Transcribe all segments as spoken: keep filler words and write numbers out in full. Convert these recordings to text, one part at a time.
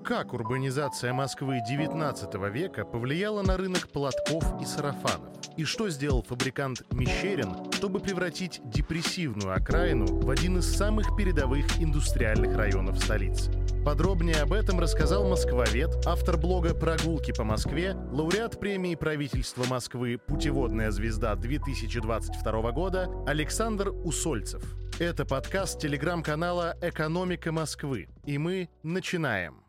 Как урбанизация Москвы девятнадцатого века повлияла на рынок платков и сарафанов? И что сделал фабрикант Мещерин, чтобы превратить депрессивную окраину в один из самых передовых индустриальных районов столицы? Подробнее об этом рассказал москвовед, автор блога «Прогулки по Москве», лауреат премии правительства Москвы «Путеводная звезда-две тысячи двадцать второго года» Александр Усольцев. Это подкаст телеграм-канала «Экономика Москвы». И мы начинаем.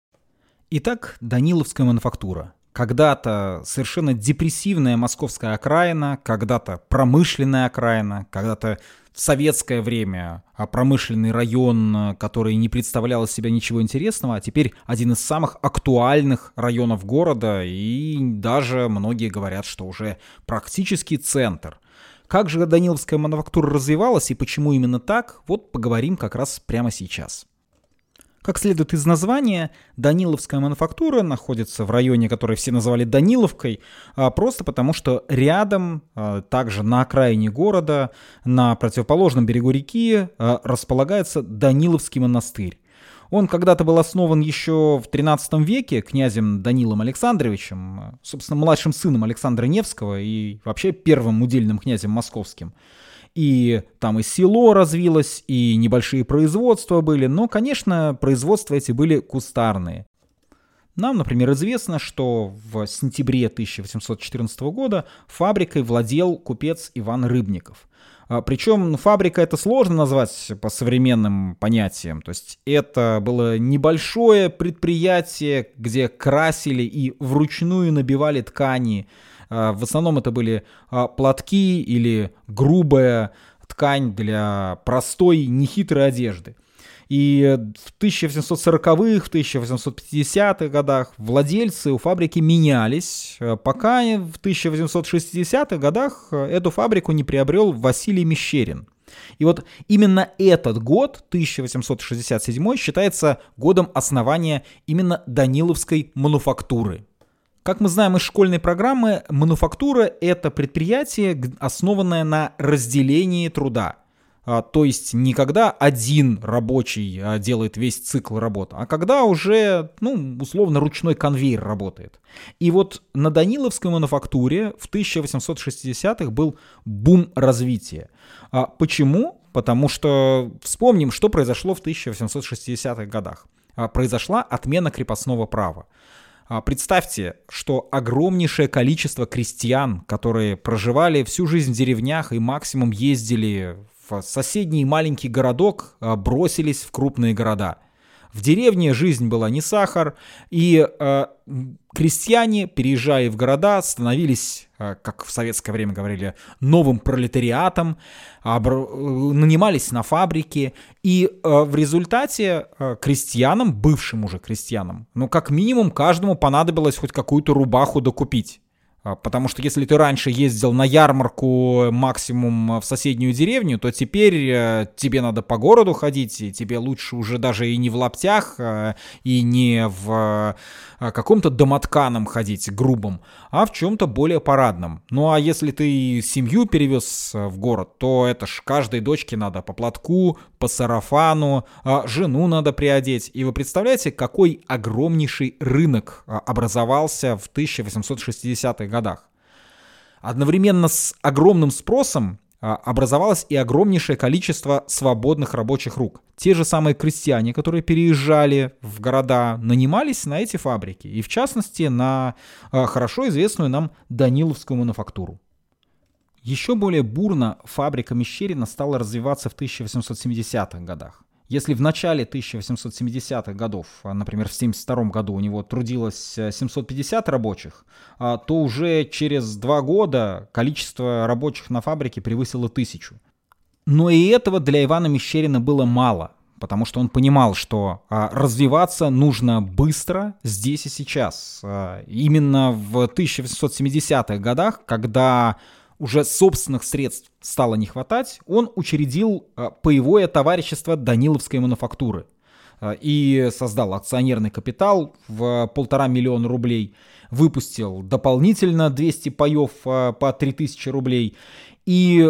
Итак, Даниловская мануфактура. Когда-то совершенно депрессивная московская окраина, когда-то промышленная окраина, когда-то в советское время промышленный район, который не представлял из себя ничего интересного, а теперь один из самых актуальных районов города, и даже многие говорят, что уже практически центр. Как же Даниловская мануфактура развивалась и почему именно так, вот поговорим как раз прямо сейчас. Как следует из названия, Даниловская мануфактура находится в районе, который все называли Даниловкой, просто потому что рядом, также на окраине города, на противоположном берегу реки, располагается Даниловский монастырь. Он когда-то был основан еще в тринадцатом веке князем Данилом Александровичем, собственно, младшим сыном Александра Невского и вообще первым удельным князем московским. И там и село развилось, и небольшие производства были, но, конечно, производства эти были кустарные. Нам, например, известно, что в сентябре тысяча восемьсот четырнадцатого года фабрикой владел купец Иван Рыбников. Причем фабрика это сложно назвать по современным понятиям. То есть это было небольшое предприятие, где красили и вручную набивали ткани. В основном это были платки или грубая ткань для простой, нехитрой одежды. И в тысяча восемьсот сороковых, в тысяча восемьсот пятидесятых годах владельцы у фабрики менялись, пока в тысяча восемьсот шестидесятых годах эту фабрику не приобрел Василий Мещерин. И вот именно этот год, тысяча восемьсот шестьдесят седьмой, считается годом основания именно Даниловской мануфактуры. Как мы знаем из школьной программы, мануфактура – это предприятие, основанное на разделении труда. То есть не когда один рабочий делает весь цикл работы, а когда уже, ну, условно, ручной конвейер работает. И вот на Даниловской мануфактуре в тысяча восемьсот шестидесятых был бум развития. Почему? Потому что вспомним, что произошло в тысяча восемьсот шестидесятых годах. Произошла отмена крепостного права. Представьте, что огромнейшее количество крестьян, которые проживали всю жизнь в деревнях и максимум ездили в соседний маленький городок, бросились в крупные города. В деревне жизнь была не сахар, и э, крестьяне, переезжая в города, становились, э, как в советское время говорили, новым пролетариатом, обр- нанимались на фабрики, и э, в результате э, крестьянам, бывшим уже крестьянам, ну как минимум каждому понадобилось хоть какую-то рубаху докупить. Потому что если ты раньше ездил на ярмарку максимум в соседнюю деревню, то теперь тебе надо по городу ходить, и тебе лучше уже даже и не в лаптях, и не в каком-то домотканом ходить, грубом, а в чем-то более парадном. Ну а если ты семью перевез в город, то это ж каждой дочке надо по платку, по сарафану, жену надо приодеть. И вы представляете, какой огромнейший рынок образовался в тысяча восемьсот шестидесятых годах. Одновременно с огромным спросом образовалось и огромнейшее количество свободных рабочих рук. Те же самые крестьяне, которые переезжали в города, нанимались на эти фабрики. И в частности на хорошо известную нам Даниловскую мануфактуру. Еще более бурно фабрика Мещерина стала развиваться в тысяча восемьсот семидесятых годах. Если в начале тысяча восемьсот семидесятых годов, например, в семьдесят втором году у него трудилось семьсот пятьдесят рабочих, то уже через два года количество рабочих на фабрике превысило тысячу. Но и этого для Ивана Мещерина было мало, потому что он понимал, что развиваться нужно быстро, здесь и сейчас. Именно в тысяча восемьсот семидесятых годах, когда уже собственных средств стало не хватать, он учредил паевое товарищество Даниловской мануфактуры и создал акционерный капитал в полтора миллиона рублей, выпустил дополнительно двести паев по три тысячи рублей и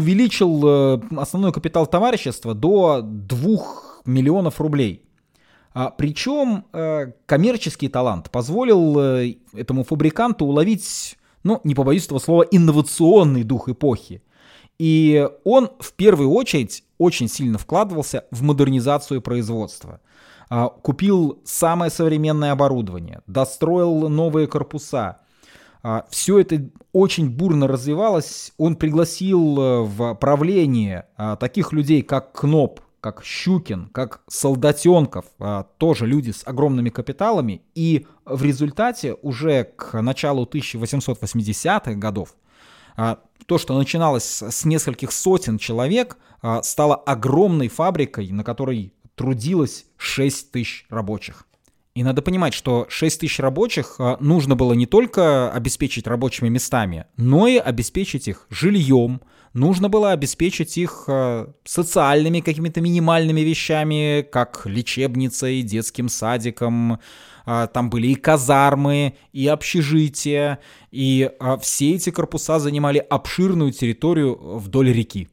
увеличил основной капитал товарищества до двух миллионов рублей. А, причем э, коммерческий талант позволил э, этому фабриканту уловить, ну, не побоюсь этого слова, инновационный дух эпохи. И он в первую очередь очень сильно вкладывался в модернизацию производства. А, купил самое современное оборудование, достроил новые корпуса. А, все это очень бурно развивалось. Он пригласил в правление а, таких людей, как Кноп, как Щукин, как Солдатенков, тоже люди с огромными капиталами, и в результате уже к началу тысяча восемьсот восьмидесятых годов то, что начиналось с нескольких сотен человек, стало огромной фабрикой, на которой трудилось шесть тысяч рабочих. И надо понимать, что шесть тысяч рабочих нужно было не только обеспечить рабочими местами, но и обеспечить их жильем, нужно было обеспечить их э, социальными какими-то минимальными вещами, как лечебницей, детским садиком. Э, там были и казармы, и общежития, и э, все эти корпуса занимали обширную территорию вдоль реки.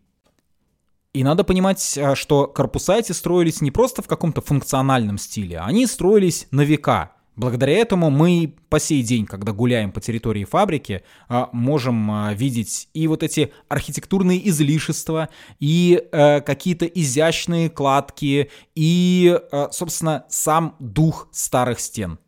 И надо понимать, что корпуса эти строились не просто в каком-то функциональном стиле, они строились на века. Благодаря этому мы по сей день, когда гуляем по территории фабрики, можем видеть и вот эти архитектурные излишества, и какие-то изящные кладки, и, собственно, сам дух старых стен.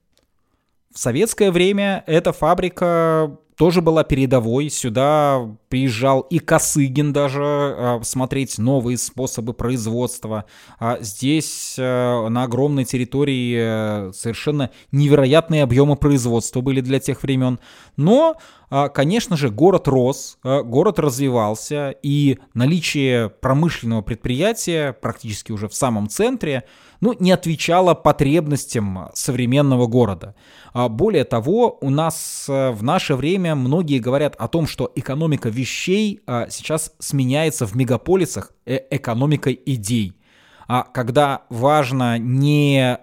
В советское время эта фабрика тоже была передовой. Сюда приезжал и Косыгин даже э, смотреть новые способы производства. А здесь э, на огромной территории э, совершенно невероятные объемы производства были для тех времен. Но, э, конечно же, город рос, э, город развивался, и наличие промышленного предприятия практически уже в самом центре ну, не отвечало потребностям современного города. Более того, у нас в наше время многие говорят о том, что экономика вещей сейчас сменяется в мегаполисах экономикой идей. Когда важно не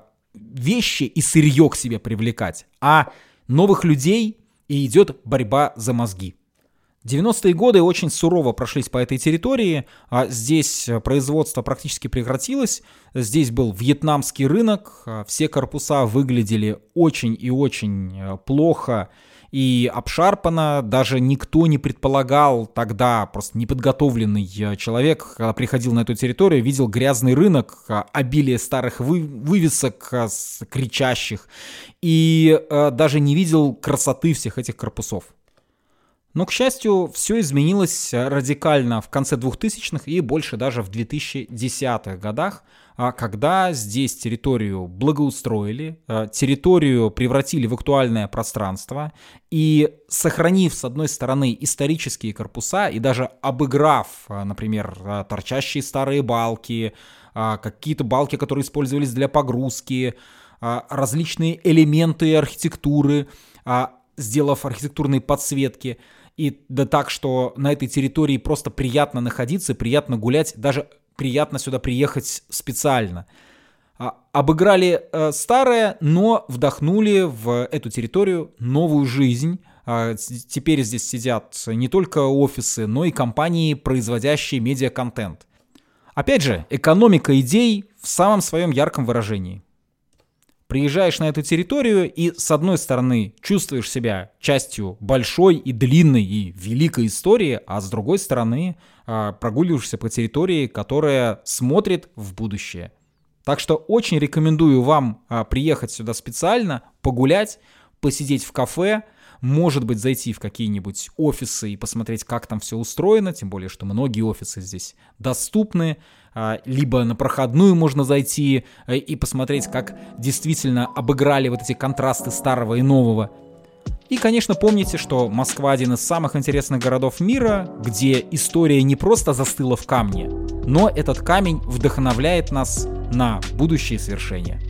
вещи и сырье к себе привлекать, а новых людей, и идет борьба за мозги. девяностые годы очень сурово прошлись по этой территории. Здесь производство практически прекратилось. Здесь был вьетнамский рынок. Все корпуса выглядели очень и очень плохо и обшарпанно. Даже никто не предполагал тогда, просто неподготовленный человек, когда приходил на эту территорию, видел грязный рынок, обилие старых вы- вывесок кричащих, и даже не видел красоты всех этих корпусов. Но, к счастью, все изменилось радикально в конце двухтысячных и больше даже в две тысячи десятых годах, когда здесь территорию благоустроили, территорию превратили в актуальное пространство, и, сохранив, с одной стороны, исторические корпуса и даже обыграв, например, торчащие старые балки, какие-то балки, которые использовались для погрузки, различные элементы архитектуры, сделав архитектурные подсветки, и да так, что на этой территории просто приятно находиться, приятно гулять, даже приятно сюда приехать специально. А, обыграли э, старое, но вдохнули в эту территорию новую жизнь. А, теперь здесь сидят не только офисы, но и компании, производящие медиаконтент. Опять же, экономика идей в самом своем ярком выражении. Приезжаешь на эту территорию и, с одной стороны, чувствуешь себя частью большой и длинной и великой истории, а с другой стороны, прогуливаешься по территории, которая смотрит в будущее. Так что очень рекомендую вам приехать сюда специально, погулять, посидеть в кафе, может быть, зайти в какие-нибудь офисы и посмотреть, как там все устроено, тем более, что многие офисы здесь доступны, либо на проходную можно зайти и посмотреть, как действительно обыграли вот эти контрасты старого и нового. И, конечно, помните, что Москва один из самых интересных городов мира, где история не просто застыла в камне, но этот камень вдохновляет нас на будущие свершения.